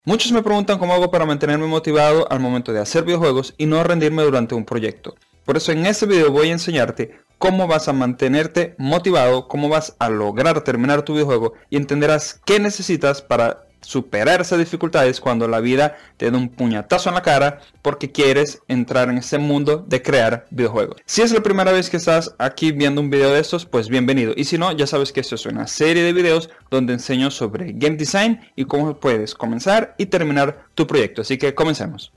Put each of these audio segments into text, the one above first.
Muchos me preguntan cómo hago para mantenerme motivado al momento de hacer videojuegos y no rendirme durante un proyecto. Por eso en este video voy a enseñarte cómo vas a mantenerte motivado, cómo vas a lograr terminar tu videojuego y entenderás qué necesitas para superar esas dificultades cuando la vida te da un puñetazo en la cara porque quieres entrar en este mundo de crear videojuegos. Si es la primera vez que estás aquí viendo un video de estos, pues bienvenido. Y si no, ya sabes que esto es una serie de videos donde enseño sobre game design y cómo puedes comenzar y terminar tu proyecto. Así que comencemos.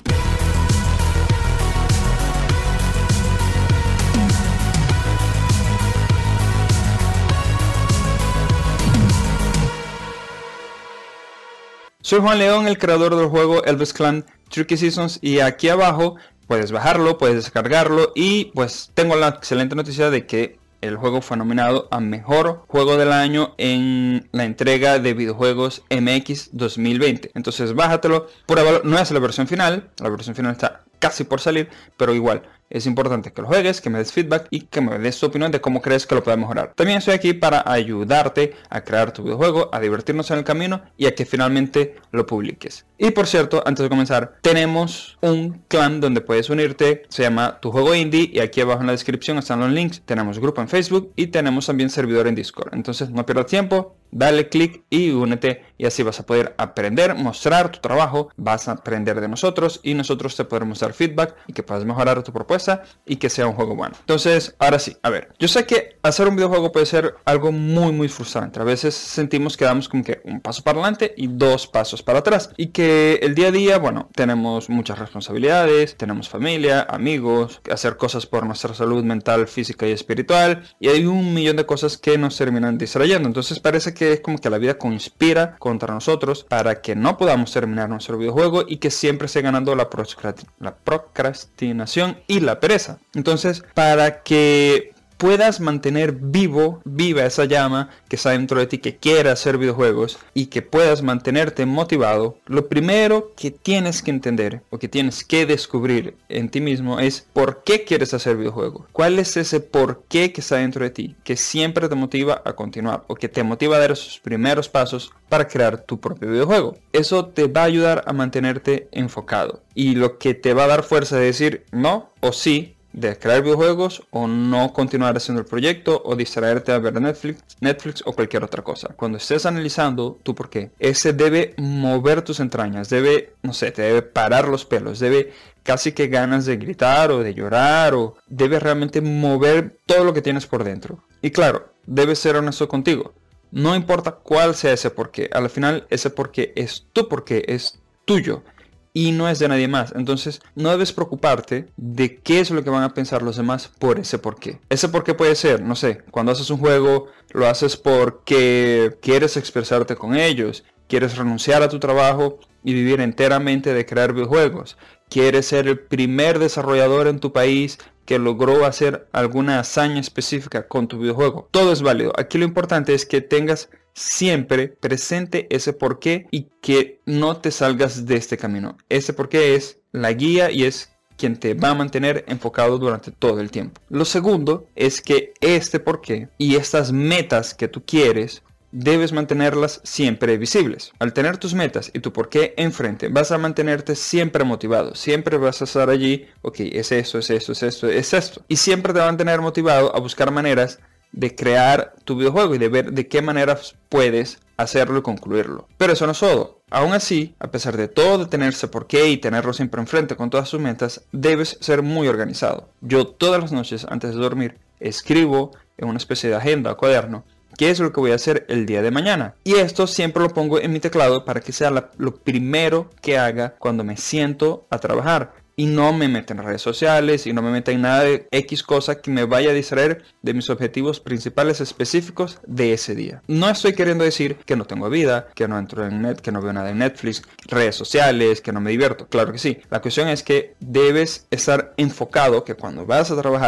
Soy Juan León, el creador del juego Elves Clan Tricky Seasons, y aquí abajo puedes bajarlo, puedes descargarlo y pues tengo la excelente noticia de que el juego fue nominado a Mejor Juego del Año en la entrega de videojuegos MX 2020. Entonces bájatelo, pruébalo, no es la versión final está casi por salir, pero igual es importante que lo juegues, que me des feedback y que me des tu opinión de cómo crees que lo puedes mejorar. También estoy aquí para ayudarte a crear tu videojuego, a divertirnos en el camino y a que finalmente lo publiques. Y por cierto, antes de comenzar, tenemos un clan donde puedes unirte, se llama Tu Juego Indie, y aquí abajo en la descripción están los links. Tenemos grupo en Facebook y tenemos también servidor en Discord. Entonces no pierdas tiempo, dale click y únete, y así vas a poder aprender, mostrar tu trabajo, vas a aprender de nosotros y nosotros te podremos dar feedback y que puedas mejorar tu propuesta y que sea un juego bueno. Entonces, ahora sí, a ver, yo sé que hacer un videojuego puede ser algo muy frustrante. A veces sentimos que damos como que un paso para adelante y dos pasos para atrás, y que el día a día, bueno, tenemos muchas responsabilidades, tenemos familia, amigos, hacer cosas por nuestra salud mental, física y espiritual, y hay un millón de cosas que nos terminan distrayendo. Entonces parece que es como que la vida conspira contra nosotros para que no podamos terminar nuestro videojuego y que siempre esté ganando la procrastinación y la pereza. Entonces, para que puedas mantener viva esa llama que está dentro de ti, que quiere hacer videojuegos, y que puedas mantenerte motivado, lo primero que tienes que entender o que tienes que descubrir en ti mismo es por qué quieres hacer videojuegos. ¿Cuál es ese por qué que está dentro de ti, que siempre te motiva a continuar o que te motiva a dar esos primeros pasos para crear tu propio videojuego? Eso te va a ayudar a mantenerte enfocado, y lo que te va a dar fuerza de decir no o sí, de crear videojuegos, o no continuar haciendo el proyecto, o distraerte a ver Netflix o cualquier otra cosa. Cuando estés analizando tu por qué, ese debe mover tus entrañas, debe, no sé, te debe parar los pelos, debe casi que ganas de gritar o de llorar, o debe realmente mover todo lo que tienes por dentro. Y claro, debes ser honesto contigo. No importa cuál sea ese porqué, al final ese porqué es tu porqué, es tuyo y no es de nadie más. Entonces no debes preocuparte de qué es lo que van a pensar los demás por ese porqué. Ese porqué puede ser, no sé, cuando haces un juego lo haces porque quieres expresarte con ellos, quieres renunciar a tu trabajo y vivir enteramente de crear videojuegos, quieres ser el primer desarrollador en tu país que logró hacer alguna hazaña específica con tu videojuego. Todo es válido. Aquí lo importante es que tengas siempre presente ese porqué y que no te salgas de este camino. Ese porqué es la guía y es quien te va a mantener enfocado durante todo el tiempo. Lo segundo es que este porqué y estas metas que tú quieres debes mantenerlas siempre visibles. Al tener tus metas y tu porqué enfrente, vas a mantenerte siempre motivado. Siempre vas a estar allí, ok, es esto, es esto, es esto, es esto. Y siempre te va a mantener motivado a buscar maneras de crear tu videojuego y de ver de qué maneras puedes hacerlo y concluirlo. Pero eso no es todo. Aún así, a pesar de todo, de tener ese porqué y tenerlo siempre enfrente con todas sus metas, debes ser muy organizado. Yo todas las noches antes de dormir escribo en una especie de agenda o cuaderno qué es lo que voy a hacer el día de mañana. Y esto siempre lo pongo en mi teclado para que sea lo primero que haga cuando me siento a trabajar. Y no me meta en redes sociales y no me meta en nada de X cosa que me vaya a distraer de mis objetivos principales específicos de ese día. No estoy queriendo decir que no tengo vida, que no entro en que no veo nada en Netflix, redes sociales, que no me divierto. Claro que sí. La cuestión es que debes estar enfocado, que cuando vas a trabajar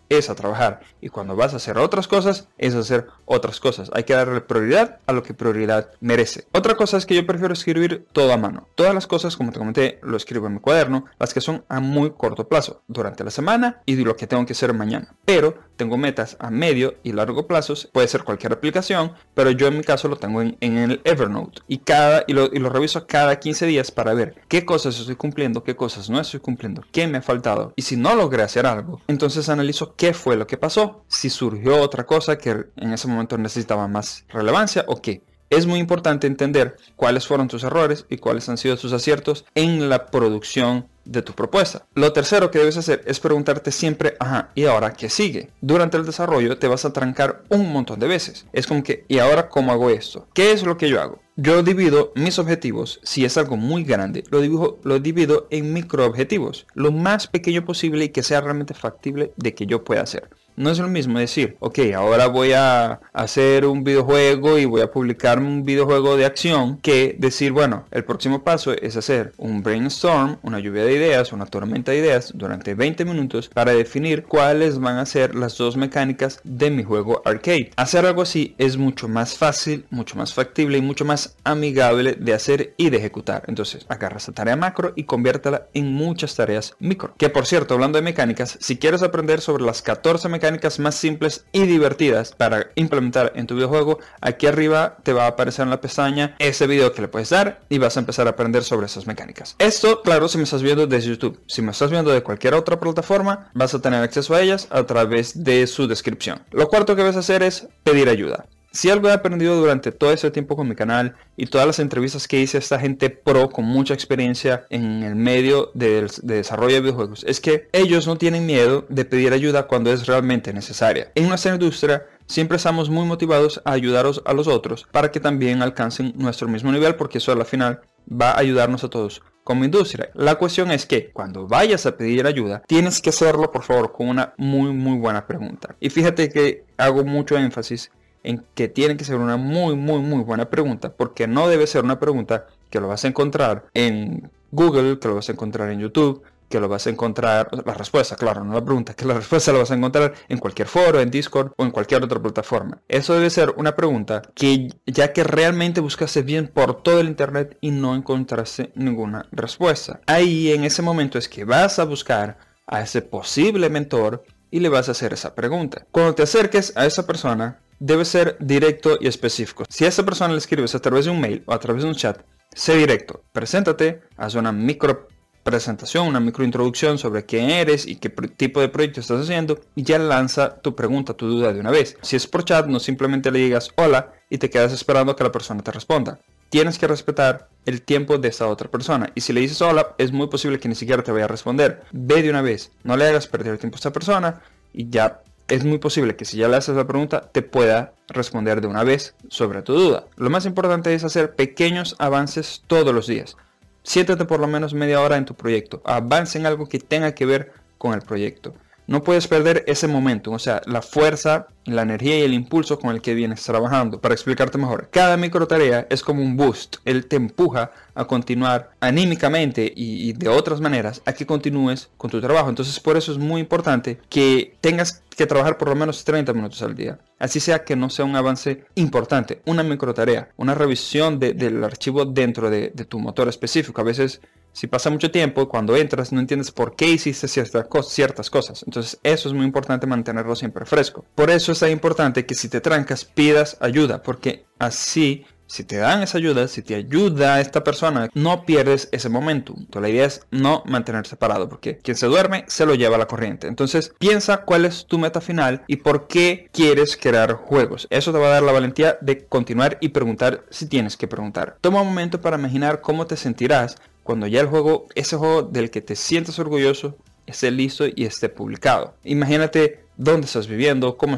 es a trabajar. Y cuando vas a hacer otras cosas, es hacer otras cosas. Hay que darle prioridad a lo que prioridad merece. Otra cosa es que yo prefiero escribir todo a mano. Todas las cosas, como te comenté, lo escribo en mi cuaderno, las que son a muy corto plazo, durante la semana y lo que tengo que hacer mañana. Pero tengo metas a medio y largo plazos, puede ser cualquier aplicación, pero yo en mi caso lo tengo en el Evernote. Y lo reviso cada 15 días para ver qué cosas estoy cumpliendo, qué cosas no estoy cumpliendo, qué me ha faltado. Y si no logré hacer algo, entonces analizo qué fue lo que pasó, si surgió otra cosa que en ese momento necesitaba más relevancia o qué. Es muy importante entender cuáles fueron tus errores y cuáles han sido tus aciertos en la producción de tu propuesta. Lo tercero que debes hacer es preguntarte siempre, ajá, ¿y ahora qué sigue? Durante el desarrollo te vas a trancar un montón de veces. Es como que, ¿y ahora cómo hago esto? ¿Qué es lo que yo hago? Yo divido mis objetivos, si es algo muy grande, lo divido en micro objetivos, lo más pequeño posible y que sea realmente factible de que yo pueda hacer. No es lo mismo decir, ok, ahora voy a hacer un videojuego y voy a publicar un videojuego de acción, que decir, bueno, el próximo paso es hacer un brainstorm, una lluvia de ideas, una tormenta de ideas durante 20 minutos para definir cuáles van a ser las dos mecánicas de mi juego arcade. Hacer algo así es mucho más fácil, mucho más factible y mucho más amigable de hacer y de ejecutar. Entonces, agarra esa tarea macro y conviértela en muchas tareas micro. Que por cierto, hablando de mecánicas, si quieres aprender sobre las 14 mecánicas más simples y divertidas para implementar en tu videojuego, aquí arriba te va a aparecer en la pestaña ese video que le puedes dar y vas a empezar a aprender sobre esas mecánicas. Esto, claro, si me estás viendo desde YouTube. Si me estás viendo de cualquier otra plataforma, vas a tener acceso a ellas a través de su descripción. Lo cuarto que vas a hacer es pedir ayuda. Si algo he aprendido durante todo ese tiempo con mi canal y todas las entrevistas que hice a esta gente pro con mucha experiencia en el medio de desarrollo de videojuegos, es que ellos no tienen miedo de pedir ayuda cuando es realmente necesaria. En nuestra industria siempre estamos muy motivados a ayudaros a los otros para que también alcancen nuestro mismo nivel, porque eso al final va a ayudarnos a todos como industria. La cuestión es que cuando vayas a pedir ayuda, tienes que hacerlo por favor con una muy buena pregunta. Y fíjate que hago mucho énfasis en que tiene que ser una muy buena pregunta, porque no debe ser una pregunta que lo vas a encontrar en Google, que lo vas a encontrar en YouTube, que lo vas a encontrar, la respuesta, claro, no la pregunta, que la respuesta la vas a encontrar en cualquier foro, en Discord o en cualquier otra plataforma. Eso debe ser una pregunta que, ya que realmente buscaste bien por todo el internet y no encontraste ninguna respuesta, ahí en ese momento es que vas a buscar a ese posible mentor y le vas a hacer esa pregunta. Cuando te acerques a esa persona, debe ser directo y específico. Si a esa persona le escribes a través de un mail o a través de un chat, sé directo, preséntate, haz una micro presentación, una micro introducción sobre quién eres y qué tipo de proyecto estás haciendo, y ya lanza tu pregunta, tu duda de una vez. Si es por chat, no simplemente le digas hola y te quedas esperando que la persona te responda. Tienes que respetar el tiempo de esa otra persona, y si le dices hola, es muy posible que ni siquiera te vaya a responder. Ve de una vez, no le hagas perder el tiempo a esta persona, y ya es muy posible que si ya le haces la pregunta te pueda responder de una vez sobre tu duda. Lo más importante es hacer pequeños avances todos los días. Siéntate por lo menos media hora en tu proyecto. Avanza en algo que tenga que ver con el proyecto. No puedes perder ese momento, o sea, la fuerza, la energía y el impulso con el que vienes trabajando. Para explicarte mejor, cada micro tarea es como un boost. Él te empuja a continuar anímicamente y de otras maneras a que continúes con tu trabajo. Entonces, por eso es muy importante que tengas que trabajar por lo menos 30 minutos al día. Así sea que no sea un avance importante, una micro tarea, una revisión del archivo dentro de tu motor específico. A veces, si pasa mucho tiempo, cuando entras no entiendes por qué hiciste ciertas cosas. Entonces eso es muy importante, mantenerlo siempre fresco. Por eso es tan importante que si te trancas pidas ayuda, porque así, si te dan esa ayuda, si te ayuda esta persona, no pierdes ese momentum. Entonces, la idea es no mantenerse parado, porque quien se duerme se lo lleva la corriente. Entonces piensa cuál es tu meta final y por qué quieres crear juegos. Eso te va a dar la valentía de continuar y preguntar si tienes que preguntar. Toma un momento para imaginar cómo te sentirás cuando ya ese juego del que te sientes orgulloso, esté listo y esté publicado. Imagínate dónde estás viviendo, cómo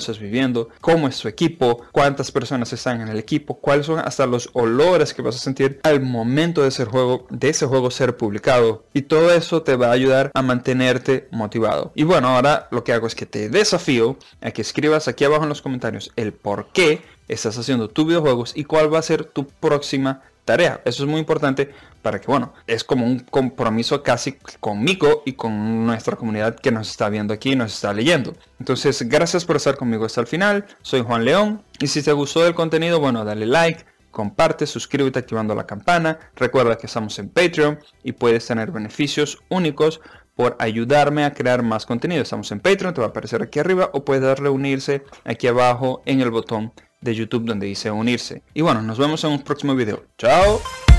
es tu equipo, cuántas personas están en el equipo, cuáles son hasta los olores que vas a sentir al momento de ese juego ser publicado. Y todo eso te va a ayudar a mantenerte motivado. Y bueno, ahora lo que hago es que te desafío a que escribas aquí abajo en los comentarios el por qué estás haciendo tus videojuegos y cuál va a ser tu próxima tarea. Eso es muy importante para que, bueno, es como un compromiso casi conmigo y con nuestra comunidad que nos está viendo aquí y nos está leyendo. Entonces, gracias por estar conmigo hasta el final. Soy Juan León y si te gustó el contenido, bueno, dale like, comparte, suscríbete activando la campana. Recuerda que estamos en Patreon y puedes tener beneficios únicos por ayudarme a crear más contenido. Estamos en Patreon, te va a aparecer aquí arriba, o puedes darle a unirse aquí abajo en el botón de YouTube donde dice unirse. Y bueno, nos vemos en un próximo video. ¡Chao!